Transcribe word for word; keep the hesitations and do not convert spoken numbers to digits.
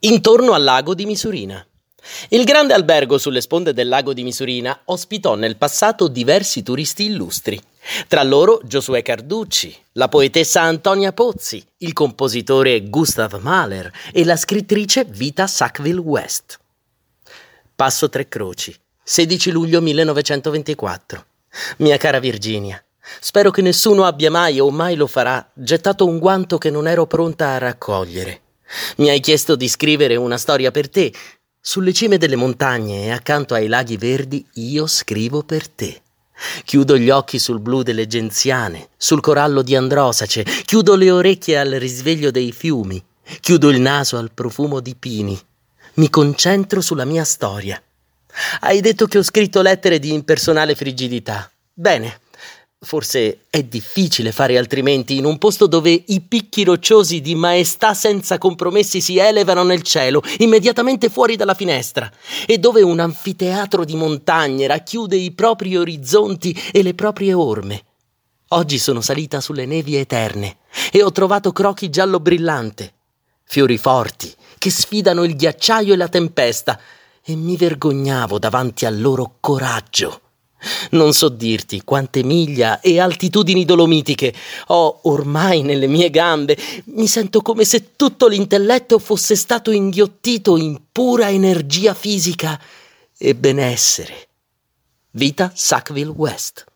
Intorno al lago di Misurina. Il grande albergo sulle sponde del lago di Misurina ospitò nel passato diversi turisti illustri. Tra loro Giosuè Carducci, la poetessa Antonia Pozzi, il compositore Gustav Mahler e la scrittrice Vita Sackville-West. Passo Tre Croci, sedici luglio millenovecentoventiquattro. Mia cara Virginia, spero che nessuno abbia mai o mai lo farà gettato un guanto che non ero pronta a raccogliere. Mi hai chiesto di scrivere una storia per te. Sulle cime delle montagne e accanto ai laghi verdi io scrivo per te. Chiudo gli occhi sul blu delle genziane, sul corallo di Androsace, chiudo le orecchie al risveglio dei fiumi, chiudo il naso al profumo di pini. Mi concentro sulla mia storia. Hai detto che ho scritto lettere di impersonale frigidità. Bene, forse è difficile fare altrimenti in un posto dove i picchi rocciosi di maestà senza compromessi si elevano nel cielo, immediatamente fuori dalla finestra, e dove un anfiteatro di montagne racchiude i propri orizzonti e le proprie orme. Oggi sono salita sulle nevi eterne e ho trovato crochi giallo brillante, fiori forti che sfidano il ghiacciaio e la tempesta, e mi vergognavo davanti al loro coraggio. Non so dirti quante miglia e altitudini dolomitiche ho ormai nelle mie gambe. Mi sento come se tutto l'intelletto fosse stato inghiottito in pura energia fisica e benessere. Vita Sackville-West.